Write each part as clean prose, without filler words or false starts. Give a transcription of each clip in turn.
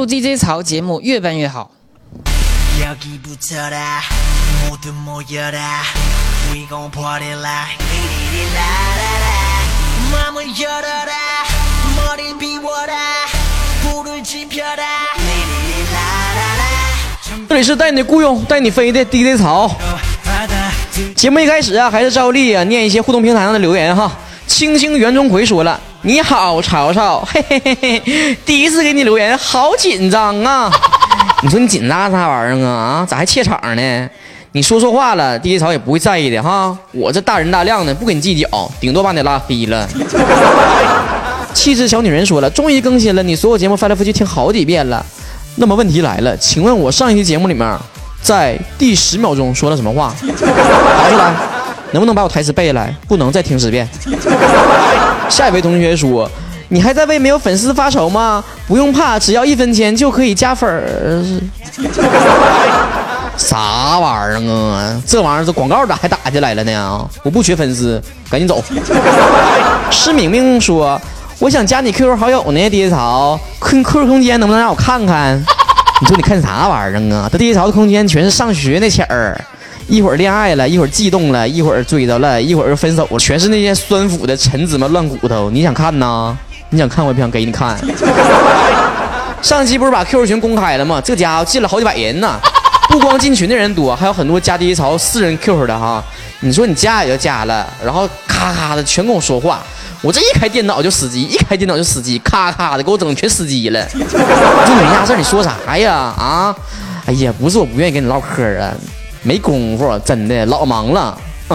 DJ 潮节目越办越好。 这里是带你雇佣带你飞的 DJ 潮。节目一开始还是照例念一些互动平台上的留言哈。清新袁中奎说了：“你好，曹操，嘿嘿嘿嘿，第一次给你留言，好紧张啊！你说你紧张啥玩意儿啊？咋还怯场呢？你说错话了，DJ 曹也不会在意的哈。我这大人大量的，不跟你计较，顶多把你拉黑了。”气质小女人说了：“终于更新了，你所有节目翻来覆去听好几遍了。那么问题来了，请问我上一期节目里面，在第10秒钟说了什么话？答出来。”能不能把我台词背下来？不能，再听10遍。下一位同学说：“你还在为没有粉丝发愁吗？不用怕，只要1分钱就可以加粉儿。”啥玩意儿啊？这玩意儿这广告咋还打起来了呢？我不缺粉丝，赶紧走。施明明说：“我想加你 QQ 好友呢 ，DJ 潮，QQ 空间能不能让我看看？”你说你看啥玩意儿啊？这 DJ 潮的空间全是上学那钱儿。一会儿恋爱了，一会儿悸动了，一会儿追到了，一会儿又分手了，全是那些酸腐的陈子们乱骨头。你想看呢？你想看我也不想给你看。上期不是把 QQ 群公开了吗？这家伙进了好几百人呢，不光进群的人多，还有很多加DJ 潮私人 QQ 的哈。你说你加也就加了，然后咔咔的全跟我说话，我这一开电脑就死机，一开电脑就死机，咔咔的给我整全死机了。就你家事儿，你说啥呀？啊？哎呀，不是我不愿意跟你唠嗑啊。没功夫，真的老忙了。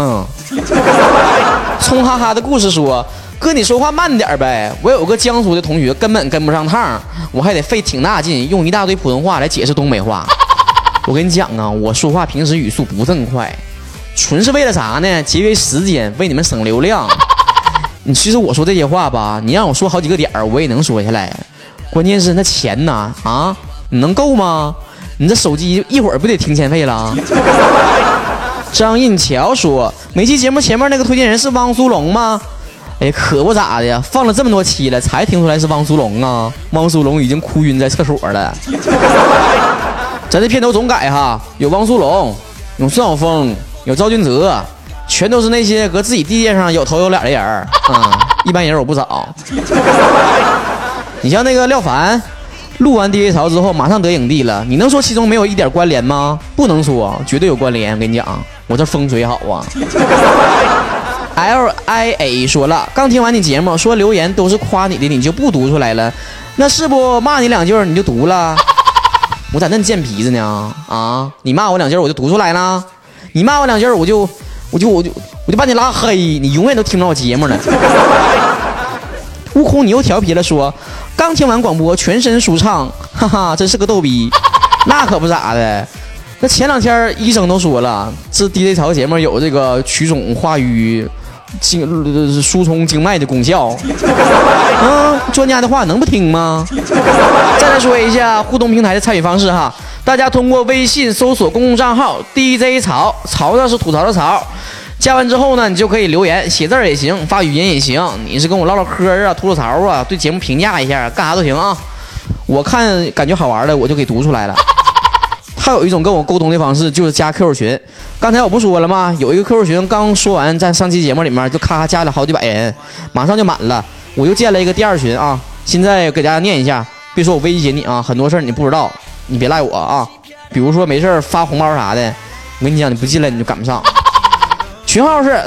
葱哈哈的故事说：“哥，你说话慢点呗。我有个江苏的同学根本跟不上趟，我还得费挺大劲用一大堆普通话来解释东北话。我跟你讲啊，我说话平时语速不这么快，纯是为了啥呢？节约时间，为你们省流量。你其实我说这些话吧，你让我说好几个点我也能说下来。关键是那钱呢？啊，你能够吗？你这手机一会儿不得停钱费了？”张印桥说：“每期节目前面那个推荐人是汪苏泷吗？”哎，可不咋的呀，放了这么多期了，才听出来是汪苏泷啊！汪苏泷已经哭晕在厕所了。咱这片头总改哈，有汪苏泷，有孙晓峰，有赵俊泽，全都是那些搁自己地界上有头有脸的人一般人我不找。你像那个廖凡。录完 DJ 潮之后马上得影帝了，你能说其中没有一点关联吗？不能说，绝对有关联。我跟你讲，我这风水好啊。LIA 说了，刚听完你节目，说留言都是夸你的，你就不读出来了，那是不骂你2句你就读了？我咋那么贱皮子呢？啊，你骂我2句我就读出来了，你骂我2句我就把你拉黑，你永远都听不到我节目了。悟空你又调皮了，说刚听完广播全身舒畅，哈哈，真是个逗逼。那可不咋的，那前2天医生都说了，这 DJ 潮节目有这个曲肿化瘀、疏通经脉的功效。专家的话能不听吗？再来说一下互动平台的参与方式哈，大家通过微信搜索公共账号 DJ 潮，潮呢是吐槽的潮。加完之后呢，你就可以留言，写字也行，发语音也行。你是跟我唠唠嗑啊，吐吐槽啊，对节目评价一下，干啥都行啊。我看感觉好玩的，我就给读出来了。还有一种跟我沟通的方式，就是加 QQ 群。刚才我不说了吗？有一个 QQ 群，刚说完，在上期节目里面就咔咔加了好几百人，马上就满了。我又建了一个第2群啊，现在给大家念一下，别说我威胁你啊，很多事你不知道，你别赖我啊。比如说没事发红包啥的，我跟你讲，你不进来你就赶不上。群号是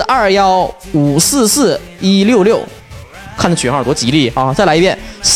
421544166，看这群号多吉利啊！再来一遍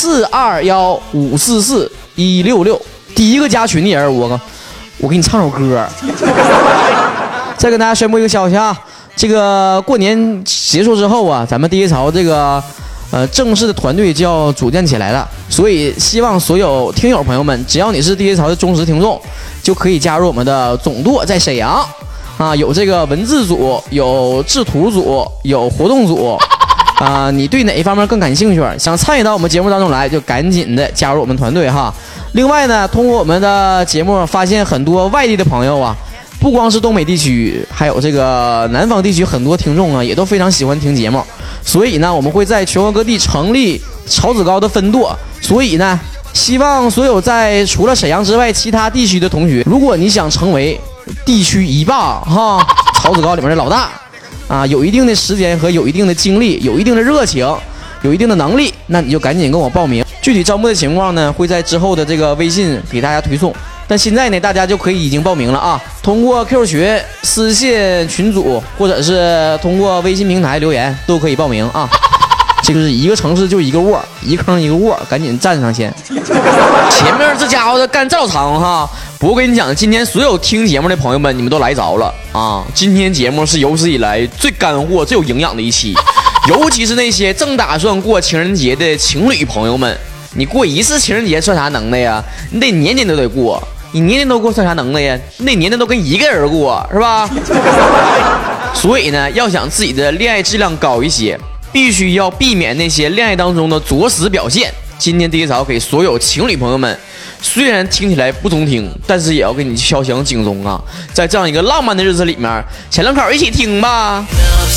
，421544166。第一个加群的人，我给你唱首歌。再跟大家宣布一个消息啊，这个过年结束之后啊，咱们DJ潮这个正式的团队就要组建起来了，所以希望所有听友朋友们，只要你是DJ潮的忠实听众，就可以加入我们的总舵，在沈阳。有这个文字组，有制图组，有活动组，你对哪一方面更感兴趣，想参与到我们节目当中来，就赶紧的加入我们团队哈。另外呢，通过我们的节目发现很多外地的朋友啊，不光是东北地区，还有这个南方地区很多听众啊，也都非常喜欢听节目。所以呢，我们会在全国各地成立潮子高的分舵，所以呢， 希望所有在除了沈阳之外其他地区的同学，如果你想成为地区一霸哈，曹子高里面的老大啊，有一定的时间和有一定的精力，有一定的热情，有一定的能力，那你就赶紧跟我报名。具体招募的情况呢，会在之后的这个微信给大家推送。但现在呢，大家就可以已经报名了啊！通过 QQ 学私信群组，或者是通过微信平台留言，都可以报名啊。这个是一个城市就一个窝，一坑一个窝，赶紧站上先。前面这家伙的干照长哈，不过我跟你讲，今天所有听节目的朋友们，你们都来着了啊！今天节目是有史以来最干货、最有营养的一期，尤其是那些正打算过情人节的情侣朋友们，你过一次情人节算啥能耐呀？你得年年都得过。你年年都过算啥能耐呀？你得年年都跟一个人过，是吧？所以呢，要想自己的恋爱质量高一些，必须要避免那些恋爱当中的作死表现。今天第一条给所有情侣朋友们，虽然听起来不中听，但是也要给你敲响警钟啊！在这样一个浪漫的日子里面，小两口一起听吧。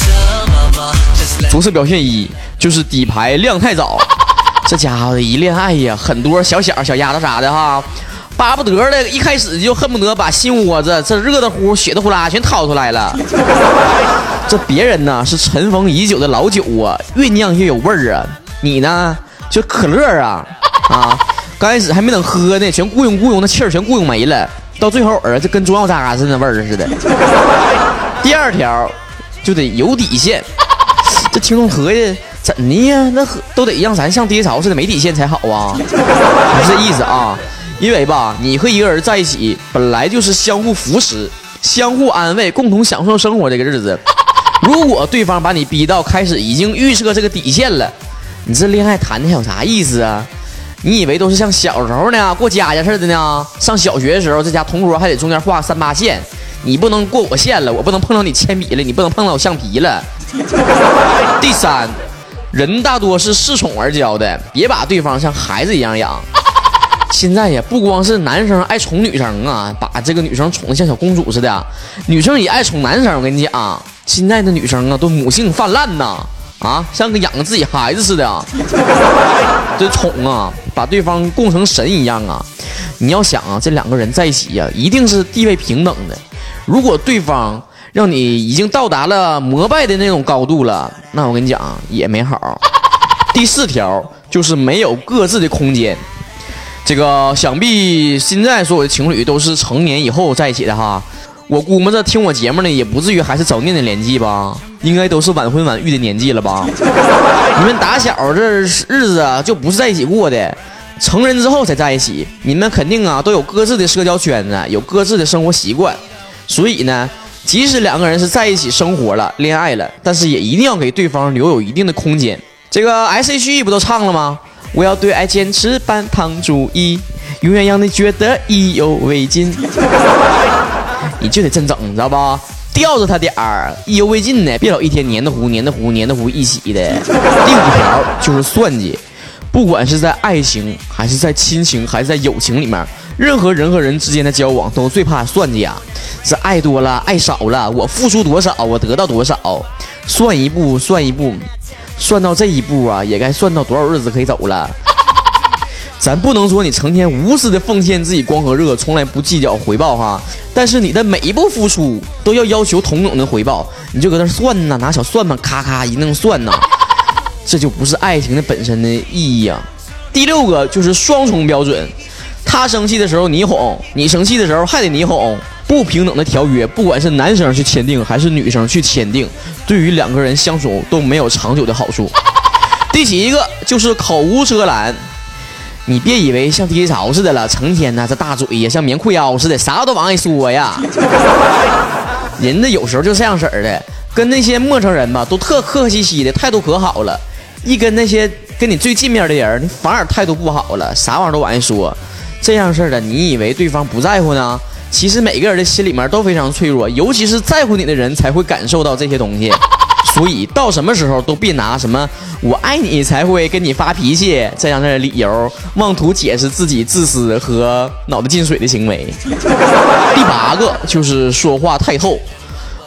作死表现一就是底牌亮太早，这家伙的一恋爱呀，很多小丫头啥的哈。巴不得的，一开始就恨不得把心窝子这热的乎、血的呼啦全掏出来了。这别人呢是尘封已久的老酒啊，越酿越有味儿啊。你呢就可乐啊，刚开始还没等喝呢，全雇佣的气儿全雇佣没了，到最后就跟中药渣似的味儿似的。第二条就得有底线，这听众合计怎的呀？那都得让咱像爹潮似的没底线才好啊，不是这意思啊。因为吧，你和一个人在一起，本来就是相互扶持、相互安慰、共同享受生活这个日子。如果对方把你逼到开始已经预设这个底线了，你这恋爱谈的还有啥意思啊？你以为都是像小时候呢过家家似的呢？上小学的时候，这家同桌还得中间画3-8线，你不能过我线了，我不能碰到你铅笔了，你不能碰到我橡皮了。第三，人大多是恃宠而骄的，别把对方像孩子一样养。现在呀，不光是男生爱宠女生啊，把这个女生宠得像小公主似的，女生也爱宠男生。我跟你讲，现在的女生啊，都母性泛滥呐，像个养着自己孩子似的。这宠啊，把对方供成神一样啊。你要想啊，这两个人在一起呀，一定是地位平等的。如果对方让你已经到达了膜拜的那种高度了，那我跟你讲也没好。第4条就是没有各自的空间。这个想必现在所有的情侣都是成年以后在一起的哈，我估摸着听我节目呢也不至于还是早恋的年纪吧，应该都是晚婚晚育的年纪了吧。你们打小这日子啊就不是在一起过的，成人之后才在一起，你们肯定啊都有各自的社交圈子，有各自的生活习惯，所以呢，即使两个人是在一起生活了、恋爱了，但是也一定要给对方留有一定的空间。这个 S.H.E 不都唱了吗？我要对爱坚持半糖注意，永远让你觉得意犹未尽。你就得真整，你知道吧？吊着他点儿，意犹未尽呢，别老一天黏的糊一起的。第5条就是算计，不管是在爱情还是在亲情还是在友情里面，任何人和人之间的交往都最怕算计啊。是爱多了爱少了，我付出多少我得到多少，算一步算一步，算到这一步啊，也该算到多少日子可以走了。咱不能说你成天无私的奉献自己光和热，从来不计较回报哈，但是你的每一步付出都要求同等的回报，你就搁那算呐，拿小算盘咔咔一弄算呐，这就不是爱情的本身的意义啊。第6个就是双重标准，他生气的时候你哄，你生气的时候还得你哄。不平等的条约，不管是男生去签订还是女生去签订，对于两个人相处都没有长久的好处。第7个就是口无遮拦，你别以为像DJ潮似的了，成天呢这大嘴呀像棉裤腰似的，啥都往外说呀。人家有时候就这样式儿的，跟那些陌生人吧都特客气气的，态度可好了，一跟那些跟你最近面的人，你反而态度不好了，啥玩意儿都往外说。这样式的，你以为对方不在乎呢？其实每个人的心里面都非常脆弱，尤其是在乎你的人才会感受到这些东西。所以到什么时候都别拿什么我爱你才会跟你发脾气这样的理由妄图解释自己自私和脑袋进水的行为。第8个就是说话太透，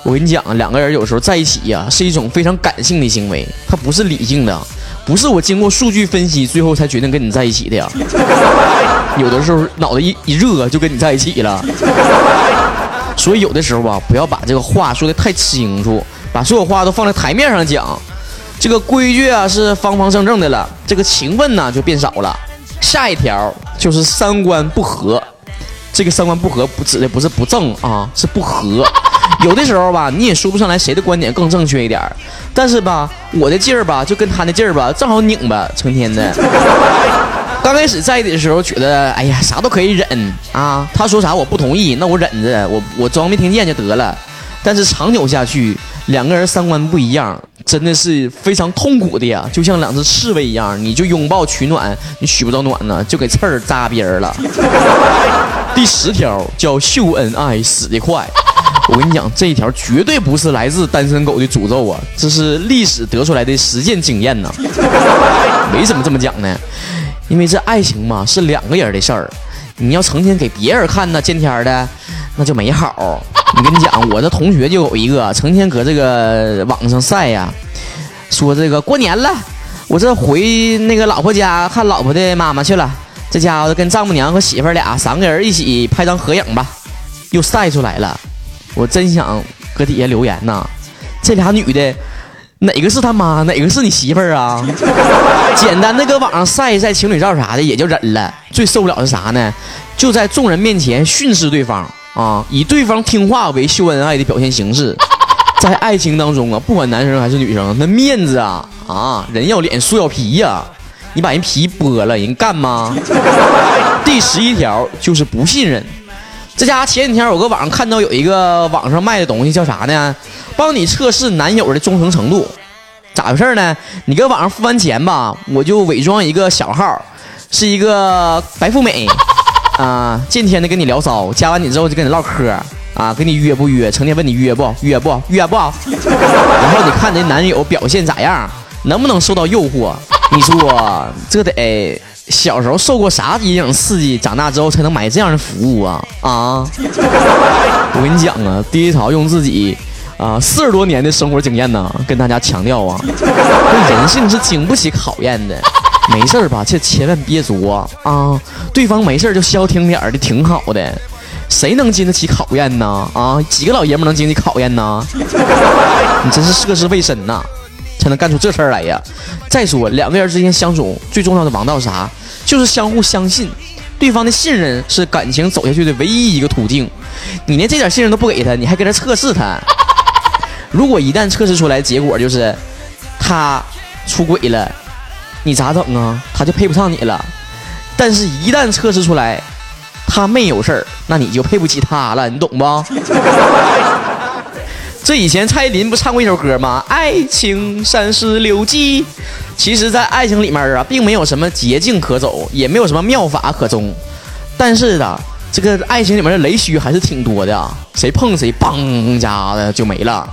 我跟你讲，两个人有时候在一起呀，是一种非常感性的行为，它不是理性的，不是我经过数据分析最后才决定跟你在一起的呀。有的时候脑袋一热就跟你在一起了。所以有的时候吧，不要把这个话说得太清楚，把所有话都放在台面上讲。这个规矩啊是方方正正的了，这个情分呢就变少了。下一条就是三观不合，这个三观不合指的不是不正啊，是不合。有的时候吧，你也说不上来谁的观点更正确一点，但是吧，我的劲儿吧就跟他的劲儿吧正好拧吧，成天的。刚开始在一起的时候觉得，哎呀，啥都可以忍啊，他说啥我不同意，那我忍着，我装没听见就得了。但是长久下去，两个人三观不一样，真的是非常痛苦的呀，就像两只刺猬一样，你就拥抱取暖，你取不到暖呢，就给刺儿扎边了。第10条叫秀恩爱死得快。我跟你讲，这一条绝对不是来自单身狗的诅咒啊，这是历史得出来的实践经验呢。为什么这么讲呢？因为这爱情嘛是两个人的事儿，你要成天给别人看呢，见天的那就没好。你跟你讲，我这同学就有一个成天搁这个网上晒呀，说这个过年了，我这回那个老婆家看老婆的妈妈去了，这家伙跟丈母娘和媳妇俩3个人一起拍张合影吧，又晒出来了。我真想搁底下留言呐，这俩女的哪个是他妈，哪个是你媳妇儿啊？简单的搁网上晒一晒情侣照啥的也就忍了，最受不了是啥呢？就在众人面前训斥对方啊，以对方听话为秀恩爱的表现形式。在爱情当中啊，不管男生还是女生，那面子啊，人要脸树要皮呀，你把人皮剥了，人干吗？第11条就是不信任。这家前几天我搁网上看到有一个网上卖的东西叫啥呢？帮你测试男友的忠诚程度。咋回事呢？你搁网上付完钱吧，我就伪装一个小号，是一个白富美啊，见天的跟你聊骚，加完你之后就跟你唠嗑啊，跟你约不约，成天问你约不，然后你看这男友表现咋样，能不能受到诱惑？你说这得小时候受过啥阴影刺激，长大之后才能买这样的服务啊！我跟你讲啊，第一潮用自己40多年的生活经验呢，跟大家强调啊，人性是经不起考验的。没事吧，这千万别作啊！对方没事就消停点的，挺好的。谁能经得起考验呢？几个老爷们能经得起考验呢？你真是涉世未深呐，才能干出这事儿来呀！再说，两个人之间相处最重要的王道是啥？就是相互相信，对方的信任是感情走下去的唯一一个途径。你连这点信任都不给他，你还跟他测试他？如果一旦测试出来结果就是他出轨了，你咋整啊？他就配不上你了。但是一旦测试出来他没有事儿，那你就配不起他了，你懂不？这以前蔡依林不唱过一首歌吗？爱情36计。其实在爱情里面啊，并没有什么捷径可走，也没有什么妙法可中，但是的这个爱情里面的雷区还是挺多的，谁碰谁梆家的就没了。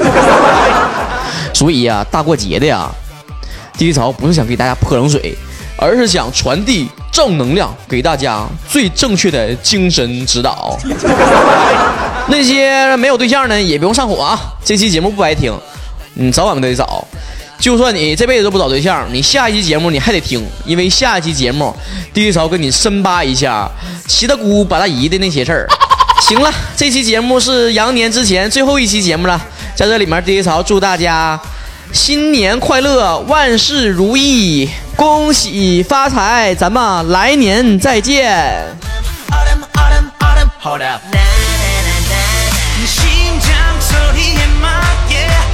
所以啊，大过节的呀，第一潮不是想给大家泼冷水，而是想传递正能量，给大家最正确的精神指导。那些没有对象呢，也不用上火啊，这期节目不白听，你早晚都得找。就算你这辈子都不找对象，你下一期节目你还得听，因为下一期节目第一潮跟你深扒一下七大姑八大姨的那些事儿。行了，这期节目是羊年之前最后一期节目了，在这里面第一潮祝大家新年快乐，万事如意，恭喜发财，咱们来年再见。Hold up. 심장 소리에 맞게